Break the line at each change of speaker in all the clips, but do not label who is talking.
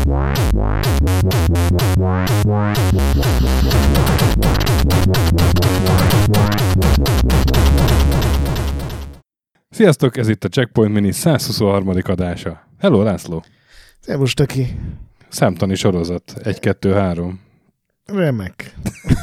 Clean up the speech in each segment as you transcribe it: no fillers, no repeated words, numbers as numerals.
Sziasztok, ez itt a Checkpoint Mini 123. adása. Hello, László!
Szervus, Töki!
Számtani sorozat. 1, 2, 3.
Remek.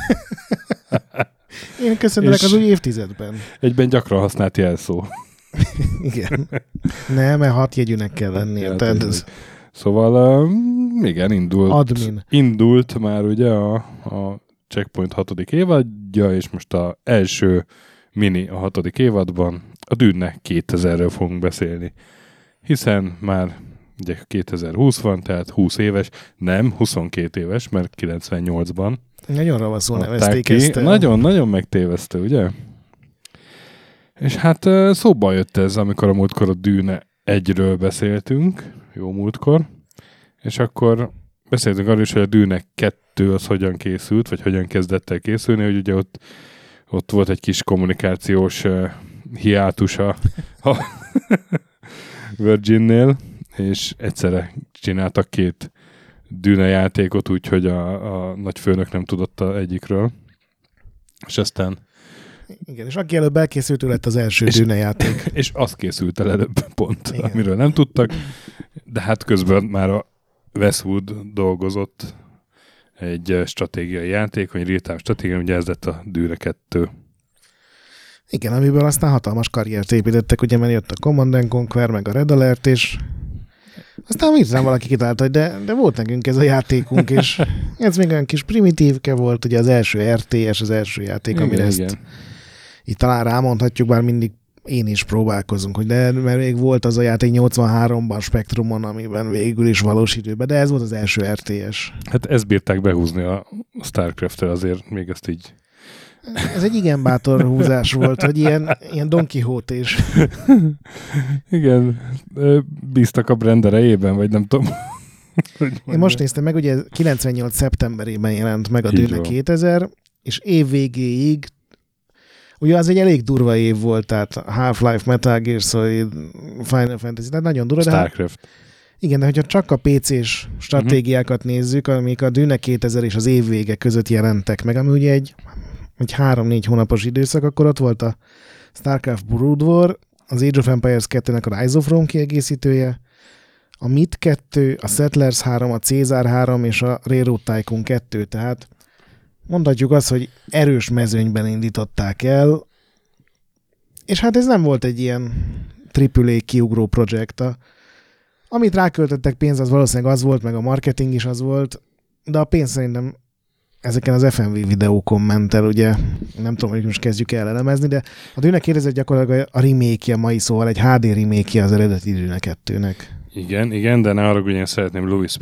Én köszöntelek az új évtizedben.
Egyben gyakran használt jelszó.
Igen. Nem, mert 6 jegyűnek kell lennie. Ja,
Szóval, igen, indult már ugye a Checkpoint 6. évadja, és most az első mini a 6. évadban a Dűne 2000-ről fogunk beszélni. Hiszen már ugye 2020 van, tehát 20 éves, nem, 22 éves, mert 98-ban.
Nagyon ravaszul nevezték ezt.
Nagyon megtévesztő, ugye? És hát szóba jött ez, amikor a múltkor a Dűne 1-ről beszéltünk, jó múltkor, és akkor beszéltünk arról is, hogy a Dűne 2 az hogyan készült, vagy hogyan kezdett el készülni, hogy ugye ott volt egy kis kommunikációs hiátus a Virginnél, és egyszerre csináltak 2 Dűne játékot, úgyhogy a nagyfőnök nem tudott egyikről. És aztán...
Igen, és aki előbb elkészült, ő lett az első Dűne játék.
És az készült el előbb pont, igen, amiről nem tudtak. De hát közben már a Westwood dolgozott egy stratégiai játék, vagy real-time stratégia, ugye ez lett a Dűne 2.
Igen, amiből aztán hatalmas karriert építettek, ugye, mert jött a Command & Conquer, meg a Red Alert, és aztán hirtelen valaki kitalálta, hogy de volt nekünk ez a játékunk, és ez még olyan kis primitívke volt, ugye az első RTS, az első játék, igen, amire ezt így talán rámondhatjuk, bár mindig én is próbálkozunk, hogy mert még volt az a játék 83-ban Spectrumon, amiben végül is valós időben, de ez volt az első RTS.
Hát ezt bírták behúzni a StarCraft-tel, azért még ezt így...
Ez egy igen bátor húzás volt, hogy ilyen Don Quixote is.
Igen, bíztak a brand erejében, vagy nem tudom.
Én most néztem meg, ugye 98. szeptemberében jelent meg a Dűne 2000, és év végéig, ugye az egy elég durva év volt, tehát Half-Life, Metal Gear Solid, Final Fantasy, tehát nagyon durva.
StarCraft.
Igen, de hogyha csak a PC-s stratégiákat nézzük, amik a Dűne 2000 és az év vége között jelentek meg, ami ugye egy 3-4 hónapos időszak, akkor ott volt a StarCraft Brood War, az Age of Empires 2-nek a Rise of Rome kiegészítője, a MIT 2, a Settlers 3, a Caesar 3 és a Railroad Tycoon 2, tehát mondhatjuk azt, hogy erős mezőnyben indították el, és hát ez nem volt egy ilyen AAA kiugró projekt. Amit ráköltöttek pénz, az valószínűleg az volt, meg a marketing is az volt, de a pénz szerintem ezeken az FMV videókon ment el, ugye, nem tudom, hogy most kezdjük el elemezni, de a Dűne 2000 gyakorlatilag a remake-je mai, szóval egy HD remake-je az eredeti Dűne 2-nek.
Igen, de ne arra, hogy én szeretném Louis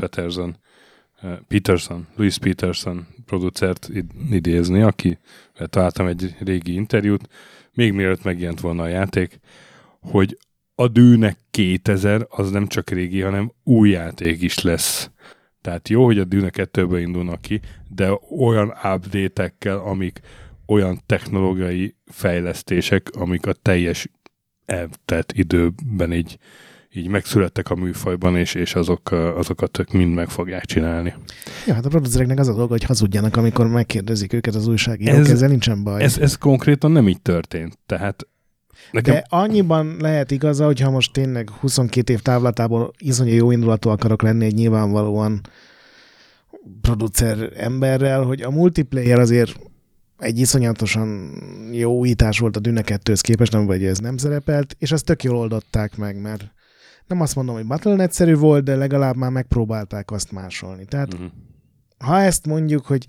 Peterson producert idézni, aki találtam egy régi interjút, még mielőtt megjelent volna a játék, hogy a Dűne 2000 az nem csak régi, hanem új játék is lesz. Tehát jó, hogy a Dűne 2-ből indulnak ki, de olyan update-ekkel, amik olyan technológiai fejlesztések, amik a teljes eltelt időben így megszülettek a műfajban, és azokat ők mind meg fogják csinálni.
Ja, hát a producereknek az a dolga, hogy hazudjanak, amikor megkérdezik őket az újságírók, ezzel nincsen baj.
Ez konkrétan nem így történt, tehát nekem...
De annyiban lehet igaza, hogyha most tényleg 22 év távlatából iszonyú jó indulatú akarok lenni egy nyilvánvalóan producer emberrel, hogy a multiplayer azért egy iszonyatosan jó újítás volt a Dűne 2-höz képest, nem vagy ez nem szerepelt, és azt tök jól oldották meg, mert nem azt mondom, hogy Battle.net-szerű volt, de legalább már megpróbálták azt másolni. Tehát ha ezt mondjuk, hogy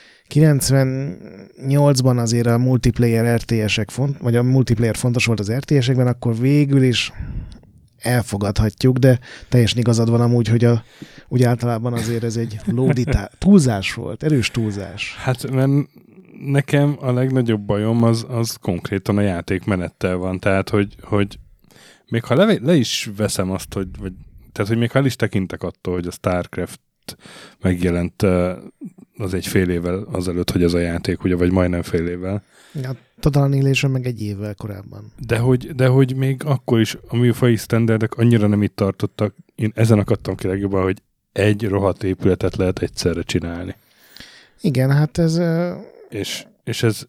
98-ban azért a multiplayer RTS-ek vagy a multiplayer fontos volt az RTS-ekben, akkor végül is elfogadhatjuk, de teljesen igazad van amúgy, hogy úgy általában azért ez egy túlzás volt, erős túlzás.
Hát mert nekem a legnagyobb bajom az konkrétan a játékmenettel van, tehát hogy még ha le is veszem azt, hogy még ha el is tekintek attól, hogy a StarCraft megjelent az egy fél évvel azelőtt, hogy ez a játék, ugye, vagy majdnem fél évvel.
Ja, Total Annihilation meg egy évvel korábban.
De hogy még akkor is a műfaji standardek annyira nem itt tartottak, én ezen akadtam ki legjobban, hogy egy rohadt épületet lehet egyszerre csinálni.
Igen, hát ez...
És ez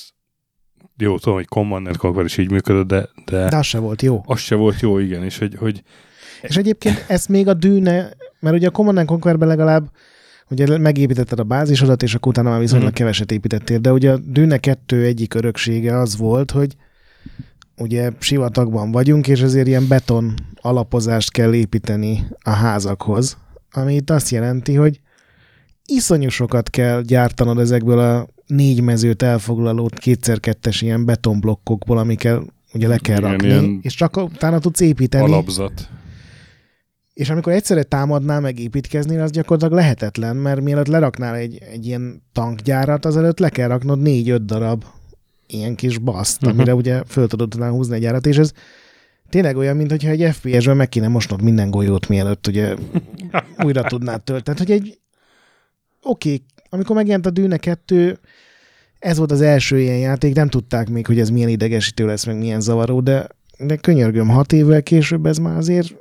jó, tudom, hogy Command & Conquer is így működött, de
az se volt jó.
Az se volt jó, igen, és hogy
És egyébként ezt még a Dune, mert ugye a Command & Conquerben legalább ugye megépítetted a bázisodat, és akkor utána már viszonylag keveset építettél, de ugye a Dune 2 egyik öröksége az volt, hogy ugye sivatagban vagyunk, és ezért ilyen beton alapozást kell építeni a házakhoz, ami itt azt jelenti, hogy iszonyú sokat kell gyártanod ezekből a 4 mezőt elfoglaló 2x2-es ilyen betonblokkokból, amikkel ugye le kell rakni, és csak utána tudsz építeni.
Alapzat.
És amikor egyszerre támadnál meg építkezni, az gyakorlatilag lehetetlen, mert mielőtt leraknál egy ilyen tankgyárat, azelőtt le kell raknod 4-5 darab ilyen kis baszt, amire ugye föl tudod utána húzni egy árat, és ez tényleg olyan, mintha egy FPS-ben meg kéne mosnod minden golyót, mielőtt ugye újra tudnád tölteni. Tehát, hogy oké, amikor megjelent a Dune 2, ez volt az első ilyen játék, nem tudták még, hogy ez milyen idegesítő lesz, meg milyen zavaró, de könyörgöm, 6 évvel később ez már azért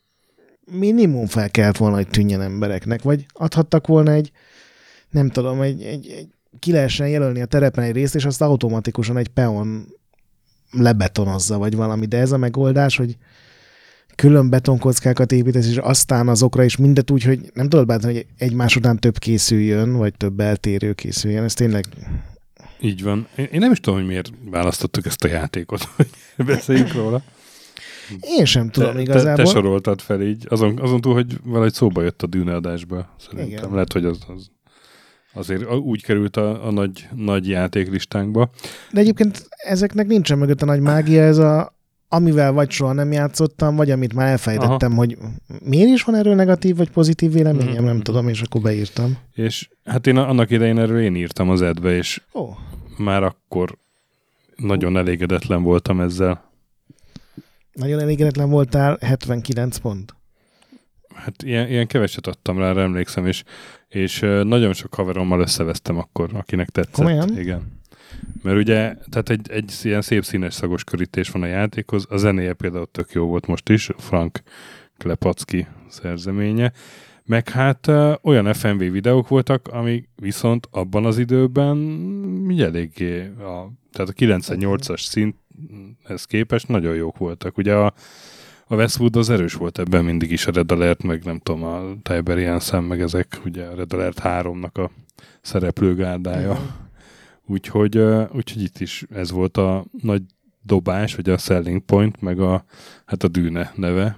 minimum fel kellett volna, hogy tűnjen embereknek, vagy adhattak volna nem tudom, ki lehessen jelölni a terepen egy részt, és azt automatikusan egy peon lebetonozza, vagy valami, de ez a megoldás, hogy külön betonkockákat építesz, és aztán azokra is mindet úgy, hogy nem tudod bátni, hogy egymás után több készüljön, vagy több eltérő készüljön, ez tényleg...
Így van. Én nem is tudom, hogy miért választottuk ezt a játékot, hogy beszéljünk róla.
Én sem tudom igazából.
Te soroltad fel így, azon túl, hogy valahogy szóba jött a Dune adásba. Szerintem igen. Lehet, hogy az azért úgy került a nagy játéklistánkba.
De egyébként ezeknek nincsen mögött a nagy mágia, ez amivel vagy soha nem játszottam, vagy amit már elfejtettem, hogy miért is van erről negatív vagy pozitív véleményem, nem tudom, és akkor beírtam.
És hát én annak idején erről én írtam az edbe, és már akkor nagyon elégedetlen voltam ezzel.
Nagyon elégedetlen voltál, 79 pont.
Hát ilyen keveset adtam rá, emlékszem, és nagyon sok haverommal összevesztem akkor, akinek tetszett.
Komolyan?
Igen. Mert ugye, tehát egy ilyen szép színes szagos körítés van a játékhoz, a zenéje például tök jó volt most is, Frank Klepacki szerzeménye, meg hát olyan FMV videók voltak, amik viszont abban az időben így eléggé, tehát a 98-as szinthez képest nagyon jók voltak. Ugye a Westwood az erős volt ebben mindig is, a Red Alert, meg nem tudom, a Tiberian Sam, meg ezek, ugye a Red Alert 3-nak a szereplőgárdája. Úgyhogy itt is ez volt a nagy dobás, vagy a selling point, meg a Dune neve.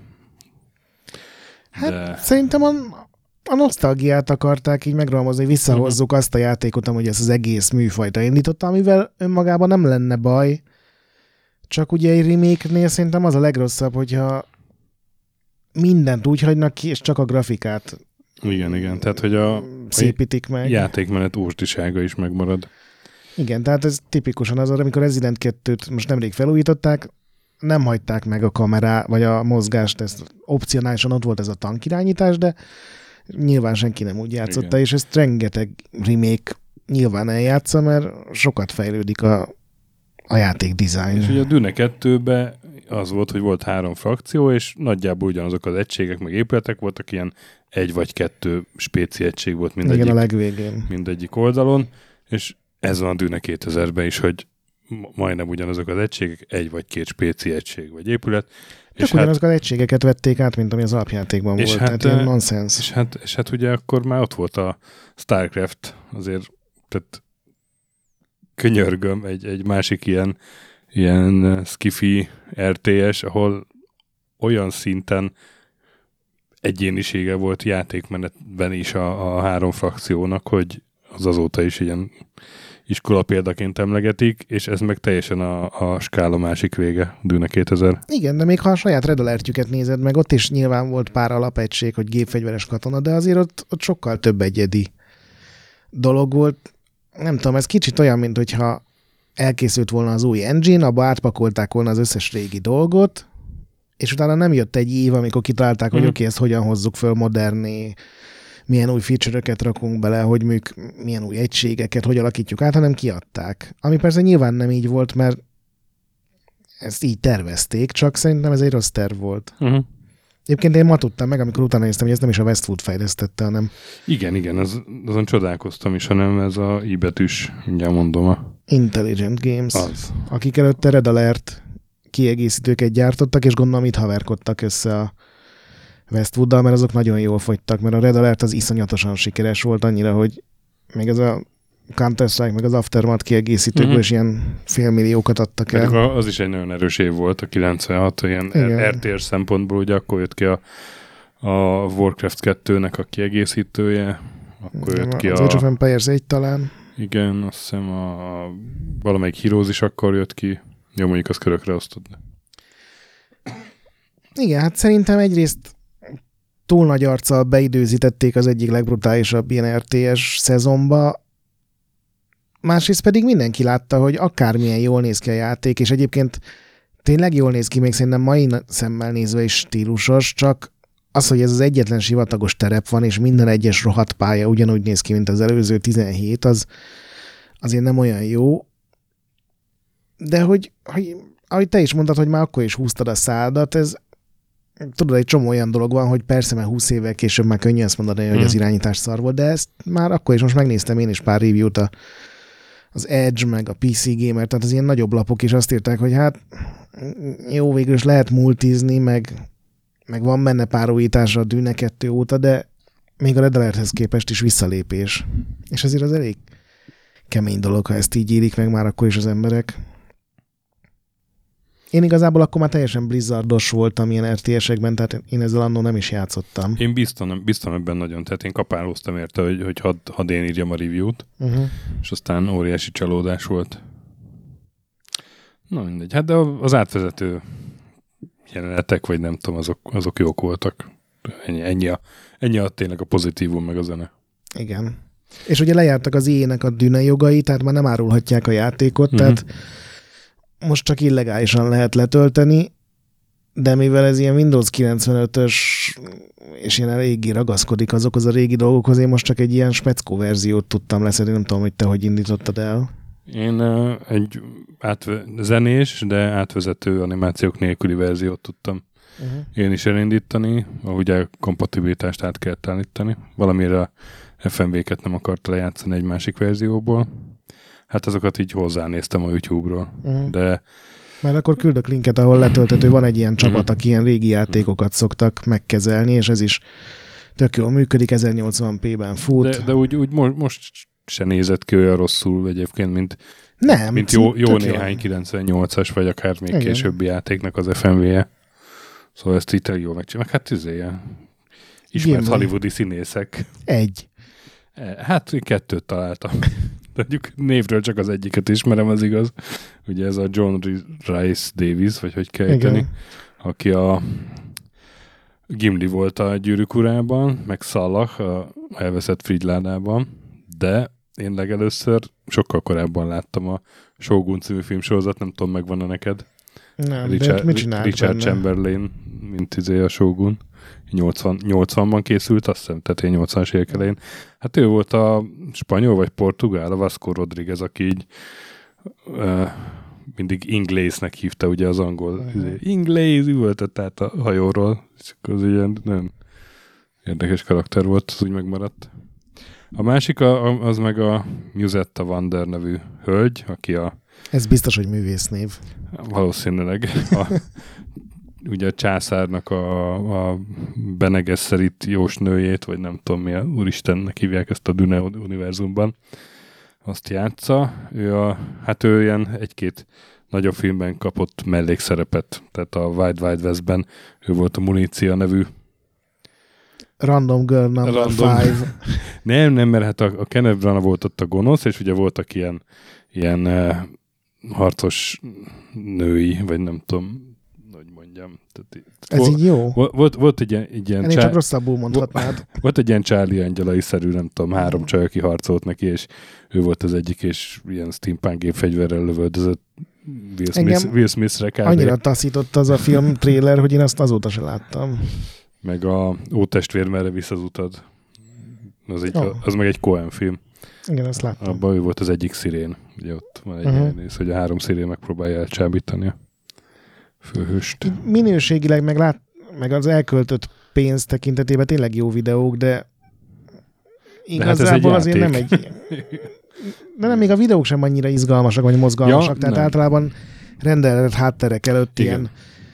Hát szerintem a nosztalgiát akarták így megrohamozni, hogy visszahozzuk azt a játékot, amúgy ezt az egész műfajta indította, amivel önmagában nem lenne baj, csak ugye egy remake-nél szerintem az a legrosszabb, hogyha mindent úgy hagynak ki, és csak a grafikát
igen, tehát hogy
szépítik meg.
Játékmenet ósdisága is megmarad.
Igen, tehát ez tipikusan az, amikor Resident 2-t most nemrég felújították, nem hagyták meg a kamerá, vagy a mozgást, ez opcionálisan ott volt ez a tankirányítás, de nyilván senki nem úgy játszotta, igen. És ezt rengeteg remake nyilván eljátsza, mert sokat fejlődik a játék design.
És ugye a Dune 2-ben az volt, hogy volt 3 frakció, és nagyjából ugyanazok az egységek, meg épületek voltak, ilyen 1 vagy 2 spéci egység volt mindegyik,
igen, a legvégén.
Mindegyik oldalon, és ez van a Dune 2000-ben is, hogy majdnem ugyanazok az egységek, 1 vagy 2 spéci egység vagy épület.
És ugyanazok az egységeket vették át, mint ami az alapjátékban volt, tehát ilyen nonsense.
És hát ugye akkor már ott volt a StarCraft, azért, tehát könyörgöm, egy másik ilyen skifi RTS, ahol olyan szinten egyénisége volt játékmenetben is a 3 frakciónak, hogy az azóta is ilyen iskola példaként emlegetik, és ez meg teljesen a skála másik vége, Dune 2000.
Igen, de még ha a saját Red Alert-jüket nézed meg, ott is nyilván volt pár alapegység, hogy gépfegyveres katona, de azért ott sokkal több egyedi dolog volt. Nem tudom, ez kicsit olyan, mint hogyha elkészült volna az új engine, abba átpakolták volna az összes régi dolgot, és utána nem jött egy év, amikor kitalálták, hogy oké, ezt hogyan hozzuk föl moderné, milyen új feature-öket rakunk bele, hogy milyen új egységeket, hogy alakítjuk át, hanem kiadták. Ami persze nyilván nem így volt, mert ezt így tervezték, csak szerintem ez egy rossz terv volt. Egyébként én ma tudtam meg, amikor utána néztem, hogy ez nem is a Westwood fejlesztette, hanem...
Igen, azon csodálkoztam is, hanem ez a I betűs, mindjárt mondom.
Intelligent Games.
Az.
Akik előtte Red Alert kiegészítőket gyártottak, és gondolom itt haverkodtak össze a Westwooddal, mert azok nagyon jól fogytak, mert a Red Alert az iszonyatosan sikeres volt annyira, hogy még ez a Counter-Strike, meg az Aftermath kiegészítőkből is ilyen félmilliókat adtak el.
Pedig az is egy nagyon erős év volt, a 96, ilyen RTS szempontból, ugye akkor jött ki a Warcraft 2-nek a kiegészítője, akkor jött ki
az Age of Empires 1 talán.
Igen, azt hiszem valamelyik Heroes is akkor jött ki. Jó, mondjuk az körökre osztod.
Igen, hát szerintem egyrészt túl nagy arccal beidőzítették az egyik legbrutálisabb ilyen RTS szezonba, másrészt pedig mindenki látta, hogy akármilyen jól néz ki a játék, és egyébként tényleg jól néz ki, még szerintem mai szemmel nézve is stílusos, csak az, hogy ez az egyetlen sivatagos terep van, és minden egyes rohadt pálya ugyanúgy néz ki, mint az előző 17, az azért nem olyan jó. De hogy ahogy te is mondtad, hogy már akkor is húztad a szádat, ez tudod, egy csomó olyan dolog van, hogy persze, mert 20 évvel később már könnyű azt mondani, hogy az irányítás szar volt, de ezt már akkor is most megnéztem én is pár review-t az Edge, meg a PC Gamer, tehát az ilyen nagyobb lapok is azt írták, hogy hát jó, végül is lehet multizni, meg van benne pár újításra a Dune 2 óta, de még a Red Alerthez képest is visszalépés. És azért az elég kemény dolog, ha ezt így írik meg már akkor is az emberek. Én igazából akkor már teljesen blizzardos voltam ilyen RTS-ekben, tehát én ezzel annól nem is játszottam.
Én biztam ebben nagyon, tehát én kapálóztam érte, hogy hadd én írjam a review-t, és aztán óriási csalódás volt. Na mindegy, hát de az átvezető jelenetek, vagy nem tudom, azok jók voltak. Ennyi a tényleg a pozitívum, meg a zene.
Igen. És ugye lejártak az EA-nek a Dune jogai, tehát már nem árulhatják a játékot, tehát most csak illegálisan lehet letölteni, de mivel ez ilyen Windows 95-ös, és ilyen eléggé ragaszkodik azokhoz a régi dolgokhoz, én most csak egy ilyen speckó verziót tudtam leszedni, nem tudom, hogy te hogy indítottad el.
Én egy zenés, de átvezető animációk nélküli verziót tudtam én is elindítani, ahogy a kompatibilitást át kellett állítani. Valamire a FMV-ket nem akarta lejátszani egy másik verzióból. Hát azokat így hozzánéztem a YouTube-ról. De...
Mert akkor küldök linket, ahol letöltető, van egy ilyen csapat, aki ilyen régi játékokat szoktak megkezelni, és ez is tök jól működik, 1080p-ben fut.
De úgy most se nézett ki olyan rosszul egyébként, mint jó néhány 98-as, vagy akár még későbbi játéknak az FMV-je. Szóval ezt itt jól megcsinálják. Hát ismert hollywoodi színészek. Hát 2 találtam. Mondjuk névről csak az egyiket ismerem, az igaz. Ugye ez a John Rhys Davies, vagy hogy kell ejteni, aki a Gimli volt a Gyűrűk urában, meg Salah a elveszett Frigyládában, de én legelőször sokkal korábban láttam a Shogun című filmsorozat, nem tudom, megvan-e neked?
Nem, Richard
Chamberlain, mint a Shogun. 80-ban készült, azt hiszem, tehát én 80-as évek elején. Hát ő volt a spanyol vagy portugál, a Vasco Rodriguez, aki így mindig Inglésznek hívta ugye az angol. Inglész üvöltött át a hajóról, és az ilyen nagyon érdekes karakter volt, az úgy megmaradt. A másik az meg a Musetta Wander nevű hölgy, aki
Ez biztos, hogy művésznév.
Valószínűleg ugye a császárnak a Bene Gesserit jósnőjét, vagy nem tudom mi, úristennek hívják ezt a Dune univerzumban, azt játsza. Ő ilyen 1-2 nagyobb filmben kapott mellékszerepet, tehát a Wild Wild Westben ő volt a Munícia nevű
Random Girl Number 5.
Nem, mert hát a Kenneth Branagh volt ott a gonosz, és ugye voltak ilyen harcos női, vagy nem tudom, hogy mondjam.
Ez így jó?
Volt egy ilyen
ennél csak rosszabbul mondhatnád.
Volt egy ilyen Charlie angyalai-szerű, nem tudom, 3 csaj, aki harcolt neki, és ő volt az egyik, és ilyen steampunk gépfegyverrel lövöldözött Will Smith-re kb. Annyira
taszított az a film trailer, hogy én azt azóta se láttam.
Meg a Ótestvér, merre visz az utad. Az meg egy Coen film.
Igen, azt láttam.
Abban ő volt az egyik szirén. Ugye ott van egy rész, hogy a 3 szirén megpróbálja elcsábítani a főhőst.
Minőségileg meg meg az elköltött pénz tekintetében tényleg jó videók, de igazából azért nem egy... De nem, még a videók sem annyira izgalmasak, vagy mozgalmasak, tehát nem. Általában rendelett hátterek előtt ilyen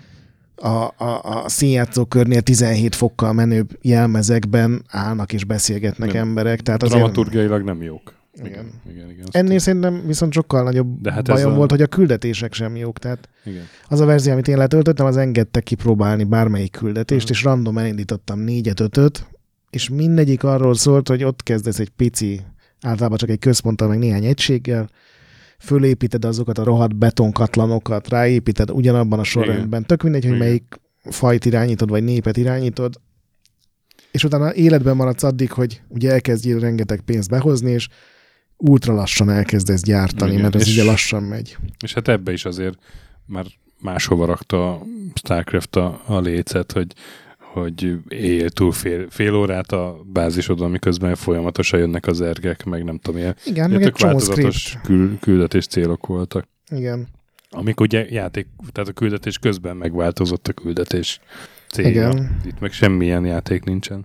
a színjátszókörnél 17 fokkal menőbb jelmezekben állnak és beszélgetnek emberek. Tehát
dramaturgiailag nem jók.
Igen. Ennél szerintem viszont sokkal nagyobb bajom volt, hogy a küldetések sem jók. Tehát az a verzió, amit én letöltöttem, az engedte kipróbálni bármelyik küldetést, és random elindítottam 4-5-öt, és mindegyik arról szólt, hogy ott kezdesz egy pici, általában csak egy központtal, meg néhány egységgel, fölépíted azokat a rohadt betonkatlanokat, ráépíted ugyanabban a sorrendben. Tök mindegy, hogy melyik fajt irányítod, vagy népet irányítod, és utána életben maradsz addig, hogy ugye elkezdjél rengeteg pénzt behozni, és ultra lassan elkezdesz gyártani, mert ez ugye lassan megy.
És hát ebbe is azért már máshova rakta a Starcraft a lécet, hogy éljél túl fél órát a bázisodon, miközben folyamatosan jönnek az ergek, meg nem tudom, ilyen
igen, meg egy
változatos küldetés célok voltak.
Igen.
Amik ugye tehát a küldetés közben megváltozott a küldetés célja.
Igen.
Itt meg semmilyen játék nincsen.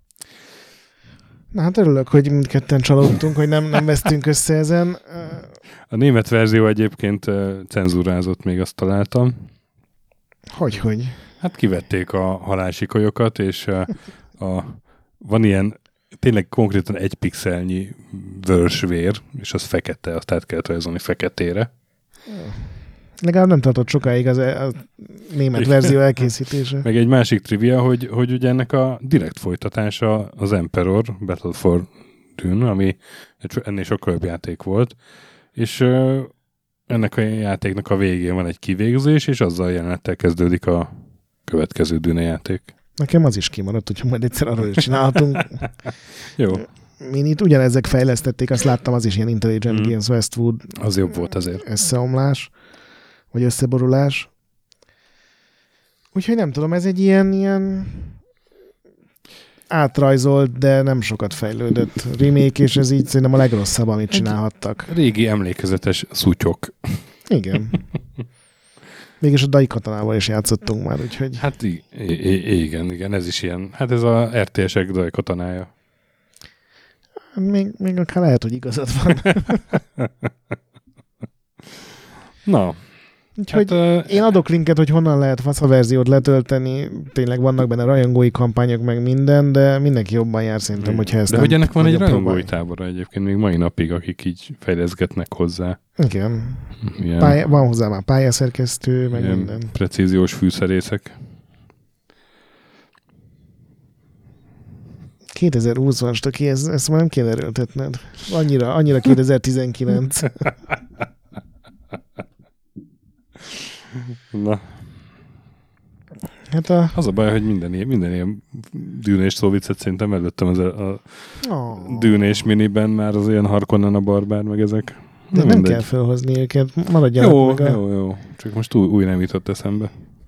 Na hát örülök, hogy mindketten csalódtunk, hogy nem vesztünk össze ezen.
A német verzió egyébként cenzúrázott, még azt találtam.
Hogy?
Hát kivették a halálsikolyokat, és van ilyen tényleg konkrétan 1 pixelnyi vörsvér, és az fekete, azt át kellett rajzolni feketére.
Legalább nem tartott sokáig a német verzió elkészítése.
Meg egy másik trivia, hogy ugye ennek a direkt folytatása az Emperor, Battle for Dune, ami ennél sokkal jobb játék volt, és ennek a játéknak a végén van egy kivégzés, és azzal jelenettel kezdődik a következő Dune játék.
Nekem az is kimaradt, hogyha majd egyszer arról is csinálhatunk.
Jó.
Minit ugyanezek fejlesztették, azt láttam, az is ilyen Intelligent Games Westwood.
Az jobb volt azért.
Összeomlás, vagy összeborulás. Úgyhogy nem tudom, ez egy ilyen átrajzolt, de nem sokat fejlődött remake, és ez így szerintem a legrosszabb, amit csinálhattak.
Régi emlékezetes szutyok.
Igen. Mégis a Dai katonával is játszottunk már, úgyhogy...
Hát igen, ez is ilyen. Hát ez a RTS-ek Dai katonája.
Még akár lehet, hogy igazad van.
Na.
Úgyhogy én adok linket, hogy honnan lehet fasza verziót letölteni. Tényleg vannak benne rajongói kampányok, meg minden, de mindenki jobban jár szerintem, hogyha ezt
de hogy ennek van egy rajongói tábora egyébként még mai napig, akik így fejleszgetnek hozzá.
Igen. Van hozzá már pályaszerkesztő, meg minden.
Precíziós fűszerészek.
2020-ban stöki, ezt már nem kéne erőltetned. Annyira 2019.
Na.
Hát
az a baj, hogy minden ilyen dűnés szóviccet szerintem előttem a dűnés miniben már az ilyen Harkonnen a barbár, meg ezek.
De nem kell felhozni őket, maradjanak meg
Jó. Csak most új nem jutott eszembe.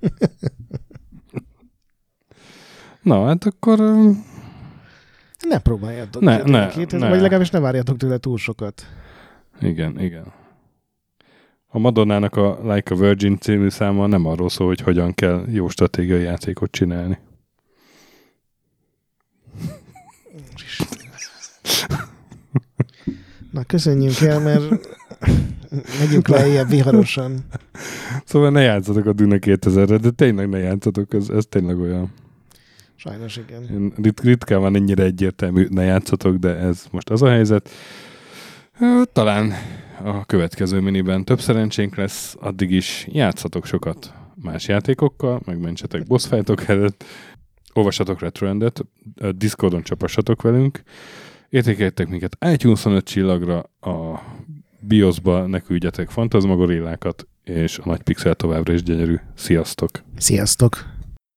Na, hát akkor...
Ne próbáljátok.
Ne.
Vagy legalábbis ne várjátok tőle túl sokat.
Igen. A Madonnának a Like a Virgin című száma nem arról szól, hogy hogyan kell jó stratégiai játékot csinálni.
Na, köszönjünk el, mert megyünk lejjebb viharosan.
Szóval ne játszatok a Dune 2000-re, de tényleg ne játszatok, ez tényleg olyan.
Sajnos igen.
Ritkán van ennyire egyértelmű, ne játszatok, de ez most az a helyzet. Talán a következő miniben több szerencsénk lesz, addig is játszatok sokat más játékokkal, megmentsetek boss fightok előtt, olvassatok Retroendet, Discordon csapassatok velünk, értékeljetek minket iTunes 5 csillagra, a BIOS-ba ne küldjetek fantasmagorillákat, és a nagy pixel továbbra is gyönyörű. Sziasztok!
Sziasztok!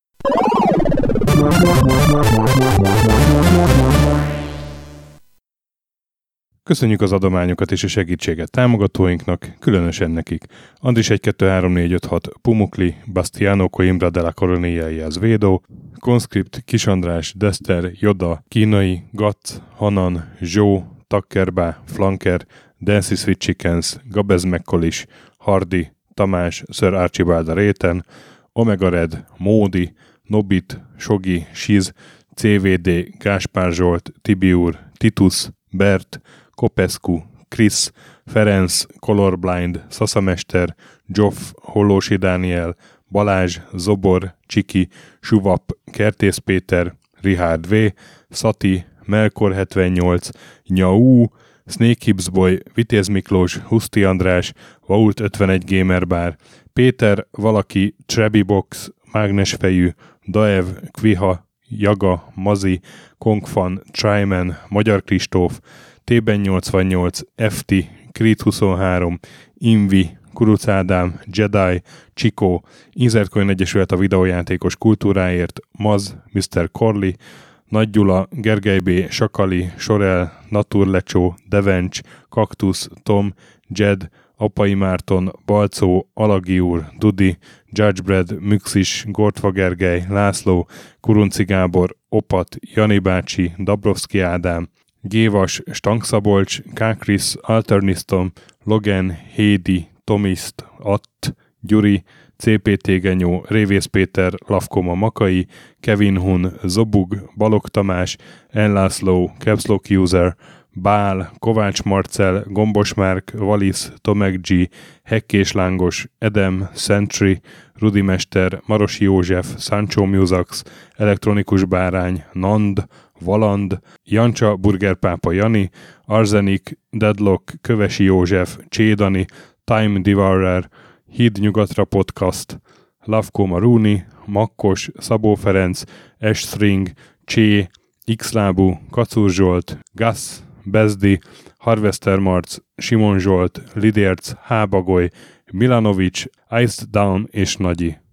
Köszönjük az adományokat és a segítséget támogatóinknak, különösen nekik. Andris 1, 2, 3, 4, 5, 6, Pumukli, Bastiano Coimbra de la Coronia az Védó, Conscript, Kis András, Dester, Joda, Kínai, Gatz, Hanan, Zsó, Takkerbá, Flanker, Dancy Sweet Chickens, Gabez Mekkolis, Hardy, Tamás, Sir Archibald a Réten, Omega Red, Módi, Nobit, Sogi, Siz, CVD, Gáspár Zsolt, Tibiur, Titus, Bert, Kopescu, Krisz, Ferenc, Colorblind, Szaszamester, Zsoff, Hollósi Dániel, Balázs, Zobor, Csiki, Suvap, Kertész Péter, Richard V, Szati, Melkor 78, Nyau, Snake Hips Boy, Vitéz Miklós, Huszti András, Vault 51 Gamer Bar, Péter, Valaki, Trebi Box, Mágnesfejű, Daev, Kviha, Jaga, Mazi, Kongfan, Tryman, Magyar Kristóf, Tében 88, FT, Creed 23, Invi, Kuruc Ádám, Jedi, Csikó, Inzertcoin Egyesület a videójátékos kultúráért, Maz, Mr. Corley, Nagy Gyula, Gergely B., Sakali, Sorel, Naturlecsó, Devencs, Kaktusz, Tom, Jed, Apai Márton, Balcó, Alagi úr, Dudi, Judgebred, Müxis, Gortva Gergely, László, Kurunci Gábor, Opat, Jani bácsi, Dabrowski Ádám, Gévas, Stangszabolcs, Kákris, Alternisztom, Logan, Hédi, Tomiszt, Att, Gyuri, CPT Genyó, Révész Péter, Lavkoma Makai, Kevin Hun, Zobug, Balog Tamás, Enlászló, Capslock User, Bál, Kovács Marcel, Gombos Márk, Valisz, Tomek G, Hekkés Lángos, Edem, Sentry, Rudimester, Marosi József, Sancho Musax, Elektronikus Bárány, Nand, Valand, Jancsa, Burgerpápa Jani, Arzenik, Deadlock, Kövesi József, Csédani, Time Devourer, Híd Nyugatra Podcast, Lavkoma Rúni, Makkos, Szabó Ferenc, Estring, Csé, Xlábú, Kacúr Zsolt, Gus, Bezdi, Harvester Marc, Simon Zsolt, Lidérc, Hábagoly, Milanovic, Iced Down és Nagyi.